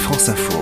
France Info.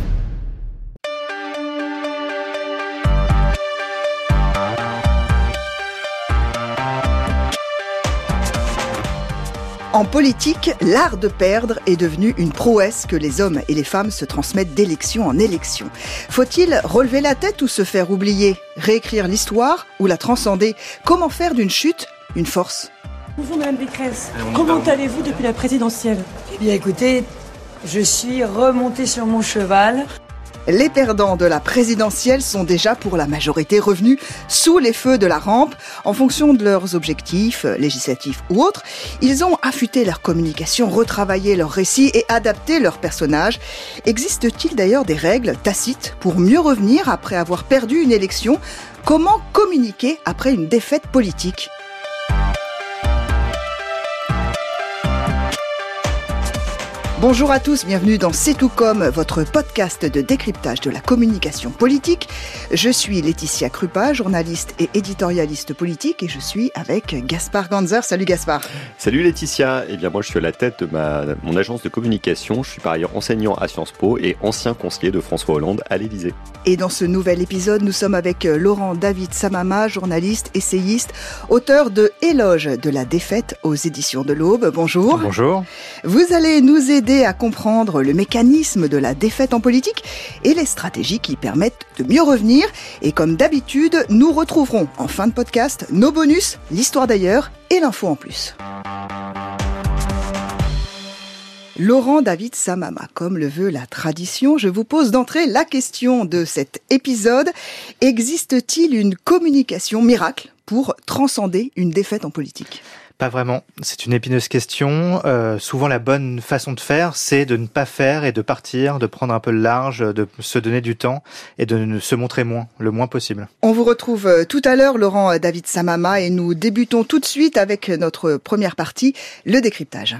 En politique, l'art de perdre est devenu une prouesse que les hommes et les femmes se transmettent d'élection en élection. Faut-il relever la tête ou se faire oublier? Réécrire l'histoire ou la transcender? Comment faire d'une chute une force? Bonjour Madame Pécresse, comment allez-vous depuis la présidentielle? Eh bien écoutez, je suis remontée sur mon cheval. Les perdants de la présidentielle sont déjà pour la majorité revenus sous les feux de la rampe. En fonction de leurs objectifs, législatifs ou autres, ils ont affûté leur communication, retravaillé leurs récits et adapté leurs personnages. Existe-t-il d'ailleurs des règles tacites pour mieux revenir après avoir perdu une élection? Comment communiquer après une défaite politique? Bonjour à tous, bienvenue dans C'est tout comme, votre podcast de décryptage de la communication politique. Je suis Laetitia Krupa, journaliste et éditorialiste politique, et je suis avec Gaspard Ganzer. Salut Gaspard. Salut Laetitia. Eh bien moi je suis à la tête de mon agence de communication. Je suis par ailleurs enseignant à Sciences Po et ancien conseiller de François Hollande à l'Élysée. Et dans ce nouvel épisode, nous sommes avec Laurent David Samama, journaliste, essayiste, auteur de Éloge de la défaite aux éditions de l'Aube. Bonjour. Bonjour. Vous allez nous aider à comprendre le mécanisme de la défaite en politique et les stratégies qui permettent de mieux revenir. Et comme d'habitude, nous retrouverons en fin de podcast nos bonus, l'histoire d'ailleurs et l'info en plus. Laurent David Samama, comme le veut la tradition, je vous pose d'entrée la question de cet épisode. Existe-t-il une communication miracle pour transcender une défaite en politique ? Pas vraiment. C'est une épineuse question. Souvent, la bonne façon de faire, c'est de ne pas faire et de partir, de prendre un peu le large, de se donner du temps et de se montrer le moins possible. On vous retrouve tout à l'heure, Laurent David Samama, et nous débutons tout de suite avec notre première partie, le décryptage.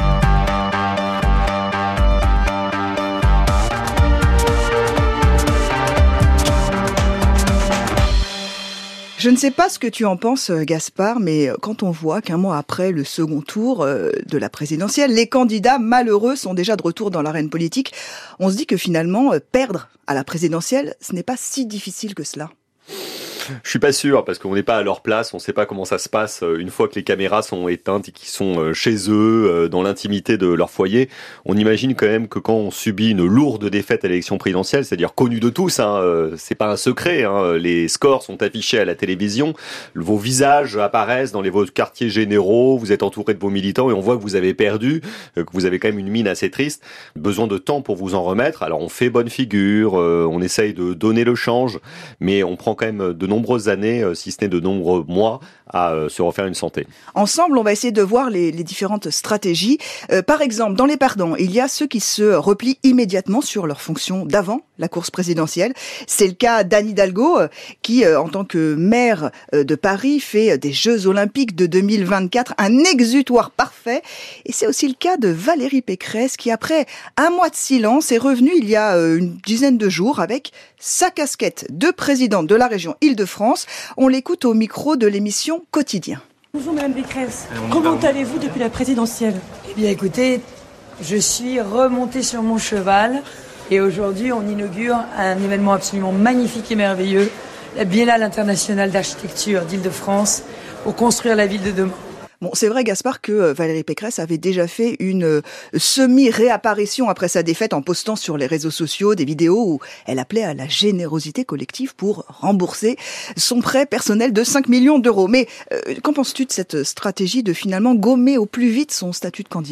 Je ne sais pas ce que tu en penses, Gaspard, mais quand on voit qu'un mois après le second tour de la présidentielle, les candidats malheureux sont déjà de retour dans l'arène politique, on se dit que finalement, perdre à la présidentielle, ce n'est pas si difficile que cela. Je suis pas sûr parce qu'on n'est pas à leur place, on sait pas comment ça se passe une fois que les caméras sont éteintes et qu'ils sont chez eux, dans l'intimité de leur foyer. On imagine quand même que quand on subit une lourde défaite à l'élection présidentielle, c'est-à-dire connue de tous, c'est pas un secret, les scores sont affichés à la télévision, vos visages apparaissent dans vos quartiers généraux, vous êtes entouré de vos militants et on voit que vous avez perdu, que vous avez quand même une mine assez triste, besoin de temps pour vous en remettre. Alors on fait bonne figure, on essaye de donner le change, mais on prend quand même de nombreuses années, si ce n'est de nombreux mois, à se refaire une santé. Ensemble, on va essayer de voir les différentes stratégies. Par exemple, dans les perdants, il y a ceux qui se replient immédiatement sur leurs fonctions d'avant la course présidentielle. C'est le cas d'Anne Hidalgo, qui, en tant que maire de Paris, fait des Jeux Olympiques de 2024 un exutoire parfait. Et c'est aussi le cas de Valérie Pécresse, qui, après un mois de silence, est revenue il y a une dizaine de jours avec sa casquette de présidente de la région Île-de-France. On l'écoute au micro de l'émission Quotidien. Bonjour Madame Pécresse, comment allez-vous depuis la présidentielle? Eh bien écoutez, je suis remontée sur mon cheval et aujourd'hui on inaugure un événement absolument magnifique et merveilleux, la Biennale internationale d'architecture d'Île-de-France pour construire la ville de demain. Bon, c'est vrai, Gaspard, que Valérie Pécresse avait déjà fait une semi-réapparition après sa défaite en postant sur les réseaux sociaux des vidéos où elle appelait à la générosité collective pour rembourser son prêt personnel de 5 millions d'euros. Mais qu'en penses-tu de cette stratégie de finalement gommer au plus vite son statut de candidat ?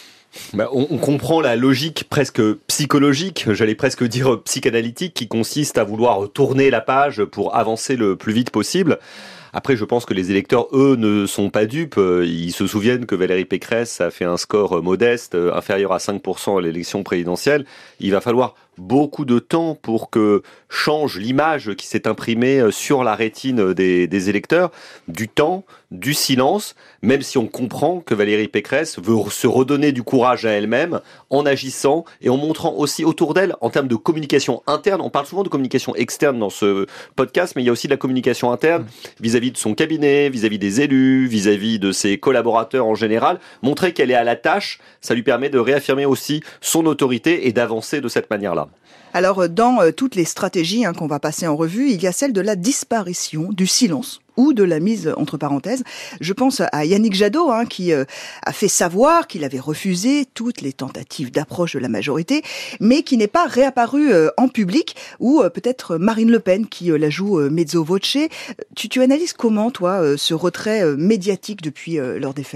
On comprend la logique presque psychologique, j'allais presque dire psychanalytique, qui consiste à vouloir tourner la page pour avancer le plus vite possible. Après, je pense que les électeurs, eux, ne sont pas dupes. Ils se souviennent que Valérie Pécresse a fait un score modeste, inférieur à 5% à l'élection présidentielle. Il va falloir beaucoup de temps pour que change l'image qui s'est imprimée sur la rétine des électeurs, du temps, du silence, même si on comprend que Valérie Pécresse veut se redonner du courage à elle-même en agissant et en montrant aussi autour d'elle, en termes de communication interne, on parle souvent de communication externe dans ce podcast, mais il y a aussi de la communication interne vis-à-vis de son cabinet, vis-à-vis des élus, vis-à-vis de ses collaborateurs en général. Montrer qu'elle est à la tâche, ça lui permet de réaffirmer aussi son autorité et d'avancer de cette manière-là. Alors, dans toutes les stratégies qu'on va passer en revue, il y a celle de la disparition, du silence ou de la mise entre parenthèses. Je pense à Yannick Jadot, qui a fait savoir qu'il avait refusé toutes les tentatives d'approche de la majorité, mais qui n'est pas réapparu en public, ou peut-être Marine Le Pen qui la joue mezzo voce. Tu analyses comment, toi, ce retrait médiatique depuis leur défaite ?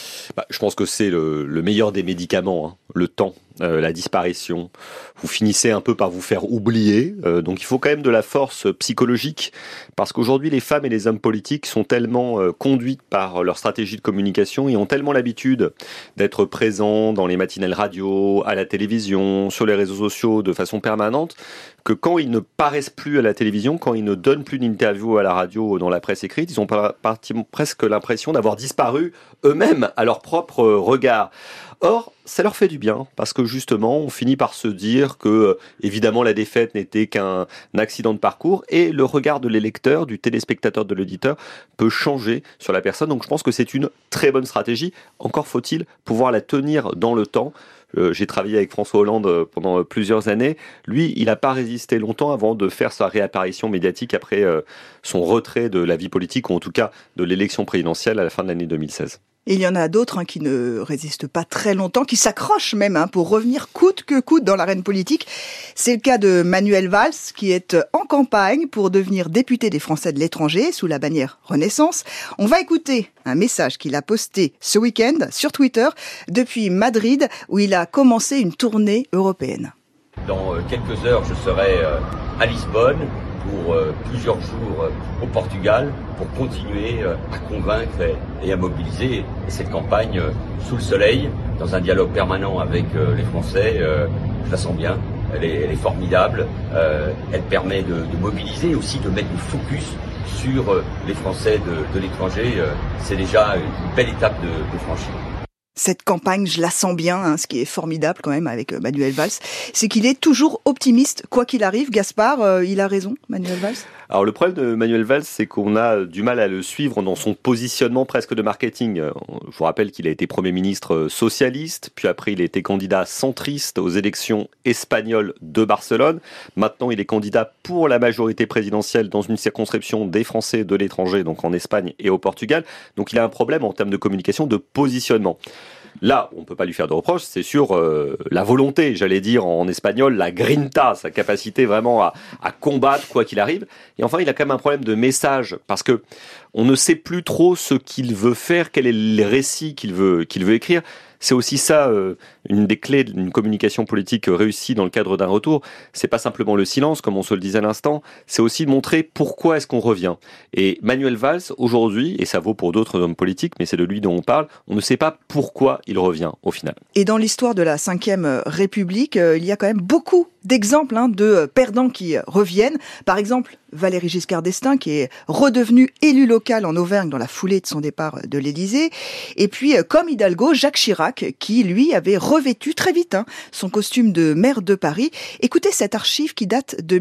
Je pense que c'est le meilleur des médicaments, le temps, la disparition. Vous finissez un peu par vous faire oublier, donc il faut quand même de la force psychologique, parce qu'aujourd'hui les femmes et les hommes politiques sont tellement conduits par leur stratégie de communication et ont tellement l'habitude d'être présents dans les matinales radio, à la télévision, sur les réseaux sociaux de façon permanente, que quand ils ne paraissent plus à la télévision, quand ils ne donnent plus d'interviews à la radio ou dans la presse écrite, ils ont presque l'impression d'avoir disparu eux-mêmes à leur propre regard. Or, ça leur fait du bien, parce que justement, on finit par se dire que, évidemment, la défaite n'était qu'un accident de parcours, et le regard de l'électeur, du téléspectateur, de l'auditeur, peut changer sur la personne. Donc je pense que c'est une très bonne stratégie. Encore faut-il pouvoir la tenir dans le temps. J'ai travaillé avec François Hollande pendant plusieurs années. Lui, il n'a pas résisté longtemps avant de faire sa réapparition médiatique après son retrait de la vie politique, ou en tout cas de l'élection présidentielle à la fin de l'année 2016. Et il y en a d'autres qui ne résistent pas très longtemps, qui s'accrochent même pour revenir coûte que coûte dans l'arène politique. C'est le cas de Manuel Valls, qui est en campagne pour devenir député des Français de l'étranger sous la bannière Renaissance. On va écouter un message qu'il a posté ce week-end sur Twitter depuis Madrid, où il a commencé une tournée européenne. Dans quelques heures, je serai à Lisbonne pour plusieurs jours au Portugal pour continuer à convaincre et à mobiliser cette campagne sous le soleil, dans un dialogue permanent avec les Français. Je la sens bien, elle est formidable, elle permet de mobiliser, aussi de mettre le focus sur les Français de l'étranger. C'est déjà une belle étape de franchir. Cette campagne, je la sens bien. Ce qui est formidable quand même avec Manuel Valls, c'est qu'il est toujours optimiste, quoi qu'il arrive. Gaspard, il a raison, Manuel Valls ? Alors le problème de Manuel Valls, c'est qu'on a du mal à le suivre dans son positionnement presque de marketing. Je vous rappelle qu'il a été Premier ministre socialiste, puis après il a été candidat centriste aux élections espagnoles de Barcelone. Maintenant il est candidat pour la majorité présidentielle dans une circonscription des Français de l'étranger, donc en Espagne et au Portugal. Donc il a un problème en termes de communication, de positionnement. Là, on ne peut pas lui faire de reproche, c'est sur la volonté, j'allais dire en espagnol, la grinta, sa capacité vraiment à combattre quoi qu'il arrive. Et enfin, il a quand même un problème de message, parce que on ne sait plus trop ce qu'il veut faire, quel est le récit qu'il veut écrire. C'est aussi ça, une des clés d'une communication politique réussie dans le cadre d'un retour. C'est pas simplement le silence, comme on se le disait à l'instant, c'est aussi de montrer pourquoi est-ce qu'on revient. Et Manuel Valls, aujourd'hui, et ça vaut pour d'autres hommes politiques, mais c'est de lui dont on parle, on ne sait pas pourquoi il revient au final. Et dans l'histoire de la Ve République, il y a quand même beaucoup d'exemples de perdants qui reviennent. Par exemple, Valéry Giscard d'Estaing, qui est redevenu élu local en Auvergne dans la foulée de son départ de l'Élysée. Et puis, comme Hidalgo, Jacques Chirac, qui, lui, avait revêtu très vite son costume de maire de Paris. Écoutez cette archive qui date de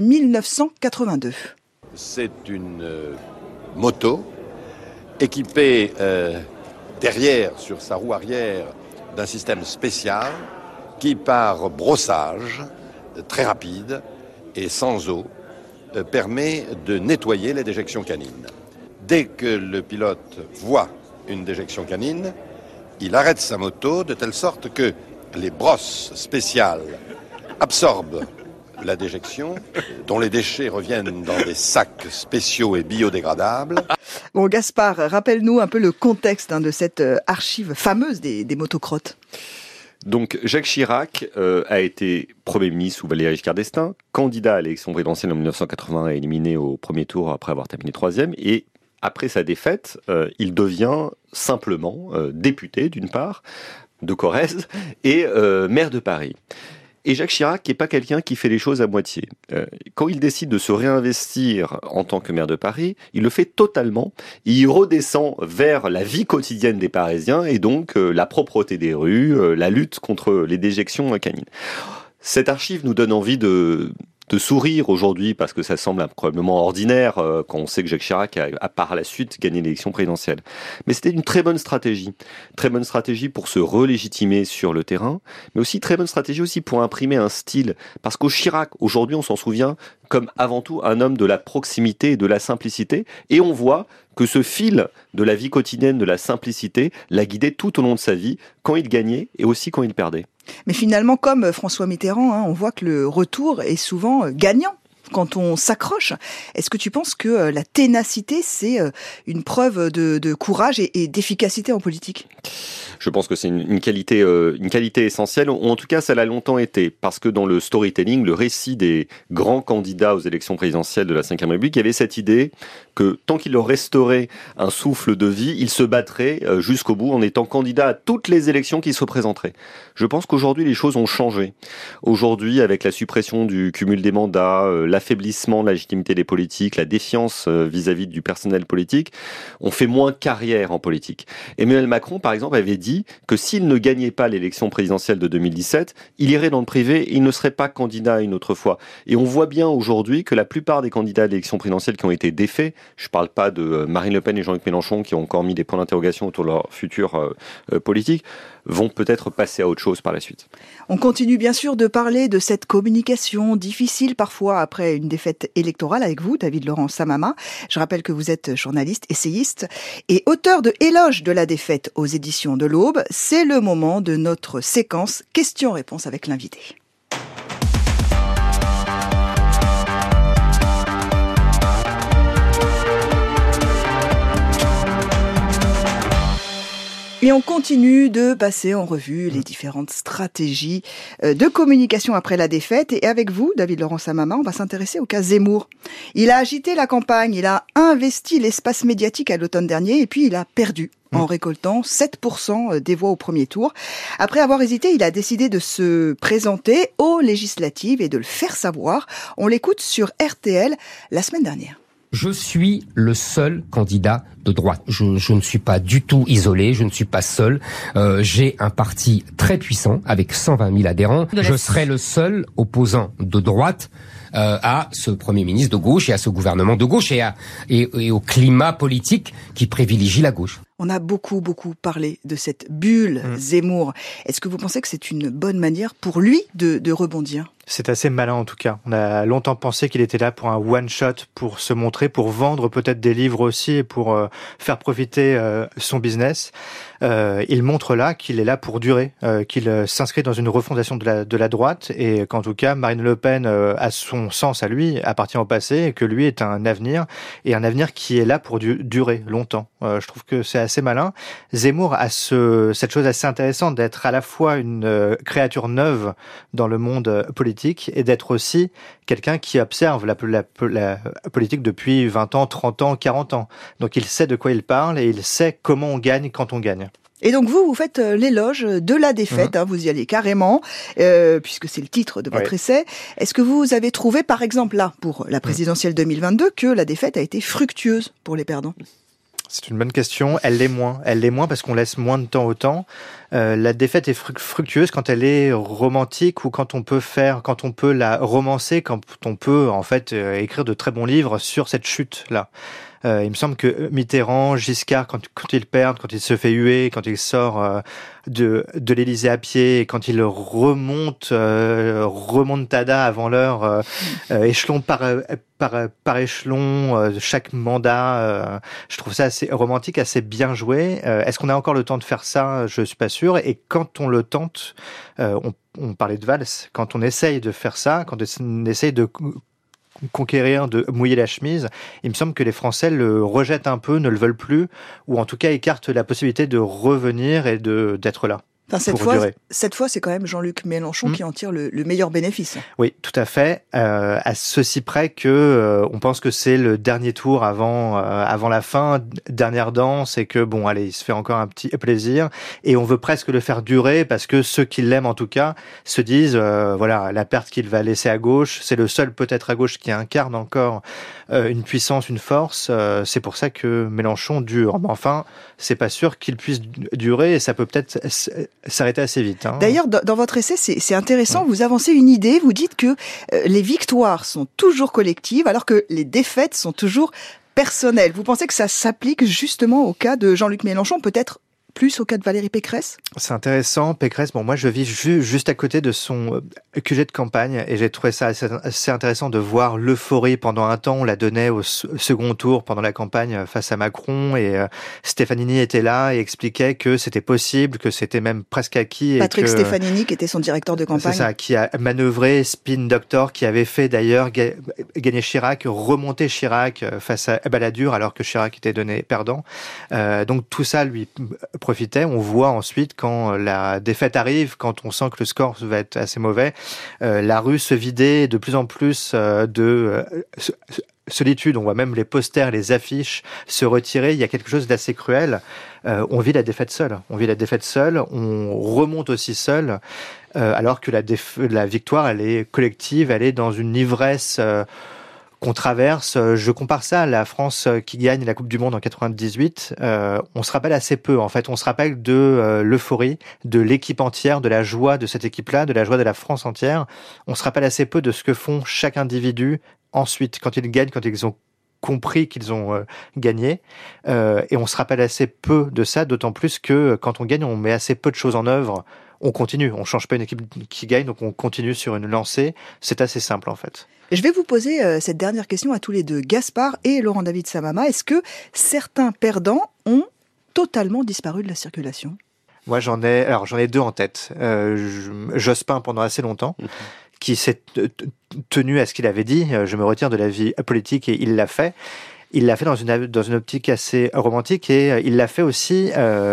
1982. C'est une moto équipée derrière, sur sa roue arrière, d'un système spécial qui, par brossage très rapide et sans eau, permet de nettoyer les déjections canines. Dès que le pilote voit une déjection canine, il arrête sa moto de telle sorte que les brosses spéciales absorbent la déjection, dont les déchets reviennent dans des sacs spéciaux et biodégradables. Bon, Gaspard, rappelle-nous un peu le contexte de cette archive fameuse des motocrottes. Donc Jacques Chirac a été Premier ministre sous Valéry Giscard d'Estaing, candidat à l'élection présidentielle en 1980, éliminé au premier tour après avoir terminé 3e, et après sa défaite, il devient simplement député d'une part, de Corrèze, et maire de Paris. Et Jacques Chirac n'est pas quelqu'un qui fait les choses à moitié. Quand il décide de se réinvestir en tant que maire de Paris, il le fait totalement. Il redescend vers la vie quotidienne des Parisiens et donc la propreté des rues, la lutte contre les déjections canines. Cette archive nous donne envie de sourire aujourd'hui parce que ça semble probablement ordinaire quand on sait que Jacques Chirac a par la suite gagné l'élection présidentielle. Mais c'était une très bonne stratégie pour se relégitimer sur le terrain, mais aussi très bonne stratégie aussi pour imprimer un style. Parce qu'au Chirac, aujourd'hui, on s'en souvient comme avant tout un homme de la proximité et de la simplicité, et on voit que ce fil de la vie quotidienne, de la simplicité, l'a guidé tout au long de sa vie, quand il gagnait et aussi quand il perdait. Mais finalement, comme François Mitterrand, on voit que le retour est souvent gagnant quand on s'accroche. Est-ce que tu penses que la ténacité, c'est une preuve de courage et d'efficacité en politique ? Je pense que c'est une qualité essentielle, ou en tout cas ça l'a longtemps été, parce que dans le storytelling, le récit des grands candidats aux élections présidentielles de la Ve République, il y avait cette idée que tant qu'il leur resterait un souffle de vie, ils se battraient jusqu'au bout en étant candidats à toutes les élections qui se présenteraient. Je pense qu'aujourd'hui les choses ont changé. Aujourd'hui, avec la suppression du cumul des mandats, l'affaiblissement de la légitimité des politiques, la défiance vis-à-vis du personnel politique, on fait moins carrière en politique. Emmanuel Macron, par exemple, avait dit que s'il ne gagnait pas l'élection présidentielle de 2017, il irait dans le privé et il ne serait pas candidat une autre fois. Et on voit bien aujourd'hui que la plupart des candidats à l'élection présidentielle qui ont été défaits, je ne parle pas de Marine Le Pen et Jean-Luc Mélenchon qui ont encore mis des points d'interrogation autour de leur futur politique, vont peut-être passer à autre chose par la suite. On continue bien sûr de parler de cette communication difficile parfois après une défaite électorale avec vous, David Laurent Samama. Je rappelle que vous êtes journaliste, essayiste et auteur de Éloge de la défaite aux éditions de l'Aube. C'est le moment de notre séquence questions-réponses avec l'invité. Et on continue de passer en revue les différentes stratégies de communication après la défaite. Et avec vous, David Laurent Samama, on va s'intéresser au cas Zemmour. Il a agité la campagne, il a investi l'espace médiatique à l'automne dernier et puis il a perdu en récoltant 7% des voix au premier tour. Après avoir hésité, il a décidé de se présenter aux législatives et de le faire savoir. On l'écoute sur RTL la semaine dernière. Je suis le seul candidat de droite. Je ne suis pas du tout isolé, je ne suis pas seul. J'ai un parti très puissant avec 120 000 adhérents. Je serai le seul opposant de droite à ce Premier ministre de gauche et à ce gouvernement de gauche et au climat politique qui privilégie la gauche. On a beaucoup parlé de cette bulle Zemmour. Est-ce que vous pensez que c'est une bonne manière pour lui de rebondir ? C'est assez malin en tout cas. On a longtemps pensé qu'il était là pour un one-shot, pour se montrer, pour vendre peut-être des livres aussi et pour faire profiter son business. Il montre là qu'il est là pour durer, qu'il s'inscrit dans une refondation de la droite et qu'en tout cas Marine Le Pen a son sens à lui, appartient au passé et que lui est un avenir qui est là pour durer longtemps. Je trouve que c'est assez malin. Zemmour a cette chose assez intéressante d'être à la fois une créature neuve dans le monde politique et d'être aussi quelqu'un qui observe la politique depuis 20 ans, 30 ans, 40 ans. Donc il sait de quoi il parle et il sait comment on gagne quand on gagne. Et donc vous faites l'éloge de la défaite, vous y allez carrément, puisque c'est le titre de votre essai. Est-ce que vous avez trouvé, par exemple là, pour la présidentielle 2022, que la défaite a été fructueuse pour les perdants ? C'est une bonne question. Elle l'est moins parce qu'on laisse moins de temps au temps. La défaite est fructueuse quand elle est romantique ou quand on peut la romancer, quand on peut en fait écrire de très bons livres sur cette chute-là. Il me semble que Mitterrand, Giscard, quand ils perdent, quand il se fait huer, quand il sort de l'Élysée à pied, et quand il remonte Tada avant l'heure, échelon par échelon, chaque mandat, je trouve ça assez romantique, assez bien joué. Est-ce qu'on a encore le temps de faire ça ? Je suis pas sûr. Et quand on le tente, on parlait de Valls, quand on essaye de faire ça, quand on essaye de conquérir, de mouiller la chemise, il me semble que les Français le rejettent un peu, ne le veulent plus, ou en tout cas écartent la possibilité de revenir et d'être là. Enfin, cette fois, c'est quand même Jean-Luc Mélenchon qui en tire le meilleur bénéfice. Oui, tout à fait. À ceci près que on pense que c'est le dernier tour avant la fin, dernière danse, et que bon, allez, il se fait encore un petit plaisir, et on veut presque le faire durer parce que ceux qui l'aiment en tout cas se disent, voilà, la perte qu'il va laisser à gauche, c'est le seul peut-être à gauche qui incarne encore une puissance, une force. C'est pour ça que Mélenchon dure. Mais enfin, c'est pas sûr qu'il puisse durer, et ça peut peut-être s'arrêter assez vite. D'ailleurs, dans votre essai, c'est intéressant, vous avancez une idée, vous dites que les victoires sont toujours collectives alors que les défaites sont toujours personnelles. Vous pensez que ça s'applique justement au cas de Jean-Luc Mélenchon, peut-être plus au cas de Valérie Pécresse? C'est intéressant. Pécresse, bon, moi je vis juste à côté de son QG de campagne, et j'ai trouvé ça assez intéressant de voir l'euphorie pendant un temps. On la donnait au second tour pendant la campagne face à Macron, et Stefanini était là et expliquait que c'était possible, que c'était même presque acquis. Patrick Stefanini, qui était son directeur de campagne. C'est ça, qui a manœuvré, spin doctor, qui avait fait d'ailleurs gagner Chirac, remonter Chirac face à Balladur, alors que Chirac était donné perdant. Donc tout ça lui profitait. On voit ensuite quand la défaite arrive, quand on sent que le score va être assez mauvais, la rue se vider de plus en plus de solitude. On voit même les posters, les affiches se retirer. Il y a quelque chose d'assez cruel. On vit la défaite seule. On remonte aussi seul, alors que la victoire, elle est collective, elle est dans une ivresse qu'on traverse. Je compare ça à la France qui gagne la Coupe du Monde en 98. On se rappelle assez peu, en fait. On se rappelle de l'euphorie, de l'équipe entière, de la joie de cette équipe-là, de la joie de la France entière. On se rappelle assez peu de ce que font chaque individu ensuite, quand ils gagnent, quand ils ont compris qu'ils ont gagné. Et on se rappelle assez peu de ça, d'autant plus que quand on gagne, on met assez peu de choses en œuvre. On continue, on change pas une équipe qui gagne, donc on continue sur une lancée. C'est assez simple, en fait. Je vais vous poser cette dernière question à tous les deux, Gaspard et Laurent-David Samama. Est-ce que certains perdants ont totalement disparu de la circulation? Moi, j'en ai deux en tête. Jospin, pendant assez longtemps, qui s'est tenu à ce qu'il avait dit. Je me retire de la vie politique, et il l'a fait. Il l'a fait dans une optique assez romantique, et il l'a fait aussi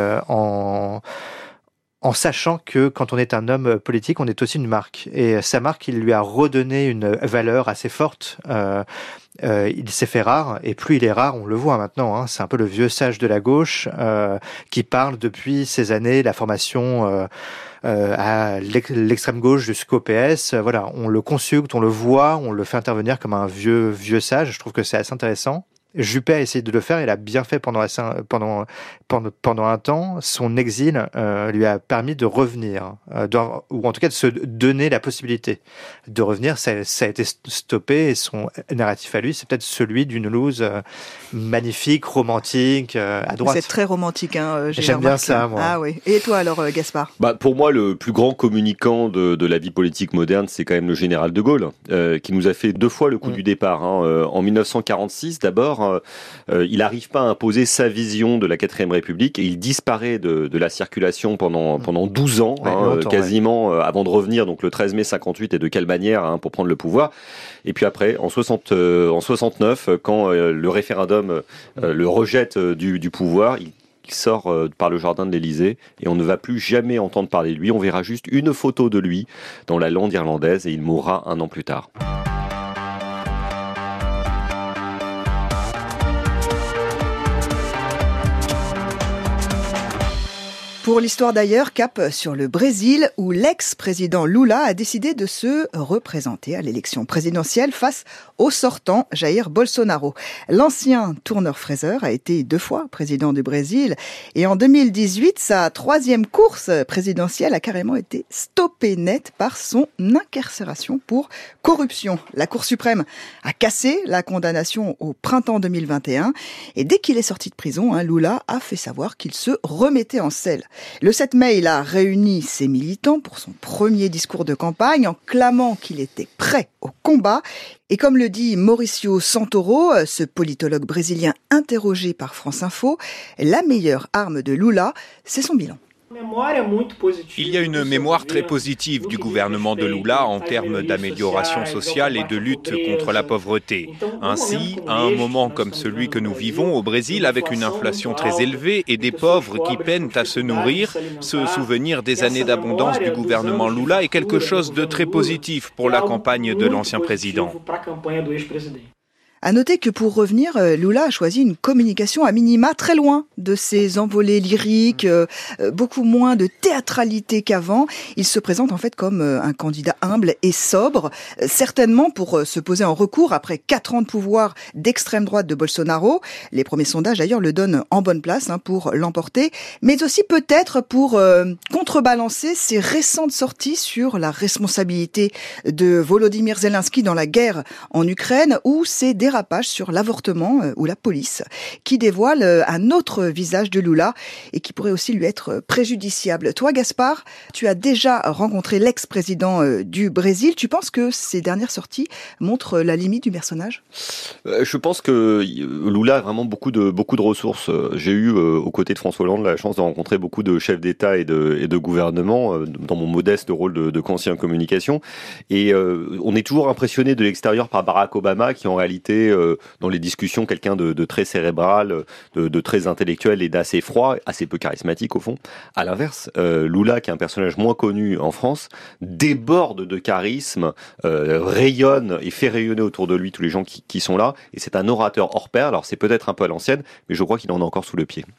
en sachant que quand on est un homme politique, on est aussi une marque. Et sa marque, il lui a redonné une valeur assez forte. Il s'est fait rare, et plus il est rare, on le voit maintenant. C'est un peu le vieux sage de la gauche qui parle depuis ces années, la formation à l'extrême gauche jusqu'au PS. Voilà, on le consulte, on le voit, on le fait intervenir comme un vieux sage. Je trouve que c'est assez intéressant. Juppé a essayé de le faire, il a bien fait pendant un temps. Son exil lui a permis de revenir, ou en tout cas de se donner la possibilité de revenir. Ça a été stoppé, et son narratif à lui, c'est peut-être celui d'une loose magnifique, romantique, à droite. C'est très romantique, J'aime bien ça, moi. Ah oui. Et toi alors, Gaspard? Pour moi, le plus grand communicant de la vie politique moderne, c'est quand même le général de Gaulle, qui nous a fait 2 fois le coup du départ. En 1946, d'abord, il n'arrive pas à imposer sa vision de la 4ème République, et il disparaît de la circulation pendant 12 ans, quasiment, avant de revenir, donc le 13 mai 58, et de quelle manière, pour prendre le pouvoir. Et puis après, en 69, quand le référendum le rejette du pouvoir, il sort par le jardin de l'Élysée, et on ne va plus jamais entendre parler de lui. On verra juste une photo de lui dans la lande irlandaise, et il mourra 1 an plus tard. Pour l'histoire d'ailleurs, cap sur le Brésil, où l'ex-président Lula a décidé de se représenter à l'élection présidentielle face au sortant Jair Bolsonaro. L'ancien tourneur-fraiseur a été 2 fois président du Brésil, et en 2018, sa 3e course présidentielle a carrément été stoppée net par son incarcération pour corruption. La Cour suprême a cassé la condamnation au printemps 2021, et dès qu'il est sorti de prison, Lula a fait savoir qu'il se remettait en selle. Le 7 mai, il a réuni ses militants pour son premier discours de campagne en clamant qu'il était prêt au combat. Et comme le dit Mauricio Santoro, ce politologue brésilien interrogé par France Info, la meilleure arme de Lula, c'est son bilan. Il y a une mémoire très positive du gouvernement de Lula en termes d'amélioration sociale et de lutte contre la pauvreté. Ainsi, à un moment comme celui que nous vivons au Brésil, avec une inflation très élevée et des pauvres qui peinent à se nourrir, se souvenir des années d'abondance du gouvernement Lula est quelque chose de très positif pour la campagne de l'ancien président. À noter que pour revenir, Lula a choisi une communication à minima très loin de ses envolées lyriques, beaucoup moins de théâtralité qu'avant. Il se présente en fait comme un candidat humble et sobre, certainement pour se poser en recours après 4 ans de pouvoir d'extrême droite de Bolsonaro. Les premiers sondages d'ailleurs le donnent en bonne place pour l'emporter, mais aussi peut-être pour contrebalancer ses récentes sorties sur la responsabilité de Volodymyr Zelensky dans la guerre en Ukraine ou ses dérapages sur l'avortement ou la police, qui dévoile un autre visage de Lula et qui pourrait aussi lui être préjudiciable. Toi, Gaspard, tu as déjà rencontré l'ex-président du Brésil. Tu penses que ces dernières sorties montrent la limite du personnage ? Je pense que Lula a vraiment beaucoup de ressources. J'ai eu, aux côtés de François Hollande, la chance de rencontrer beaucoup de chefs d'État et de gouvernement dans mon modeste rôle de conseiller en communication. Et on est toujours impressionné de l'extérieur par Barack Obama, qui en réalité dans les discussions quelqu'un de très cérébral, de très intellectuel et d'assez froid, assez peu charismatique au fond. À l'inverse, Lula, qui est un personnage moins connu en France, déborde de charisme, rayonne et fait rayonner autour de lui tous les gens qui sont là, et c'est un orateur hors pair. Alors c'est peut-être un peu à l'ancienne, mais je crois qu'il en a encore sous le pied.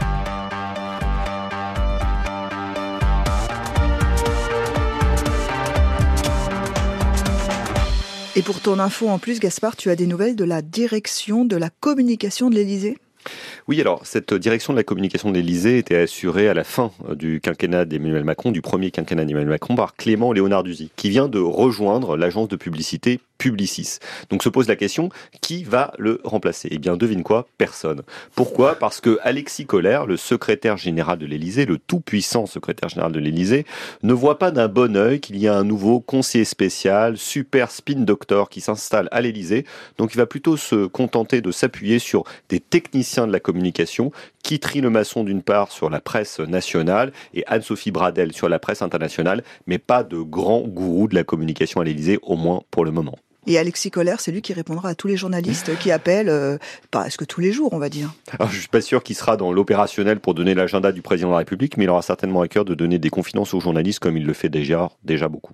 Et pour ton info en plus, Gaspard, tu as des nouvelles de la direction de la communication de l'Élysée ? Oui, alors cette direction de la communication de l'Élysée était assurée à la fin du quinquennat d'Emmanuel Macron, du premier quinquennat d'Emmanuel Macron, par Clément Léonard-Duzy, qui vient de rejoindre l'agence de publicité Publicis. Donc se pose la question, qui va le remplacer ? Eh bien, devine quoi ? Personne. Pourquoi ? Parce que Alexis Kohler, le secrétaire général de l'Élysée, le tout-puissant secrétaire général de l'Élysée, ne voit pas d'un bon œil qu'il y a un nouveau conseiller spécial, super spin doctor, qui s'installe à l'Élysée. Donc il va plutôt se contenter de s'appuyer sur des techniciens de la communication, Guitry Lemasson d'une part sur la presse nationale et Anne-Sophie Bradel sur la presse internationale, mais pas de grands gourous de la communication à l'Élysée, au moins pour le moment. Et Alexis Kohler, c'est lui qui répondra à tous les journalistes qui appellent, presque tous les jours, on va dire. Alors, je suis pas sûr qu'il sera dans l'opérationnel pour donner l'agenda du président de la République, mais il aura certainement à cœur de donner des confidences aux journalistes comme il le fait déjà beaucoup.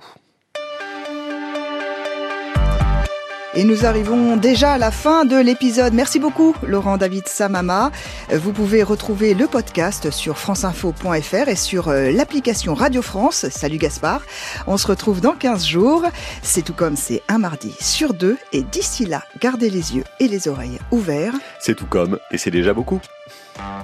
Et nous arrivons déjà à la fin de l'épisode. Merci beaucoup, Laurent David Samama. Vous pouvez retrouver le podcast sur franceinfo.fr et sur l'application Radio France. Salut Gaspard. On se retrouve dans 15 jours. C'est tout comme c'est un mardi sur 2. Et d'ici là, gardez les yeux et les oreilles ouverts. C'est tout comme, et c'est déjà beaucoup.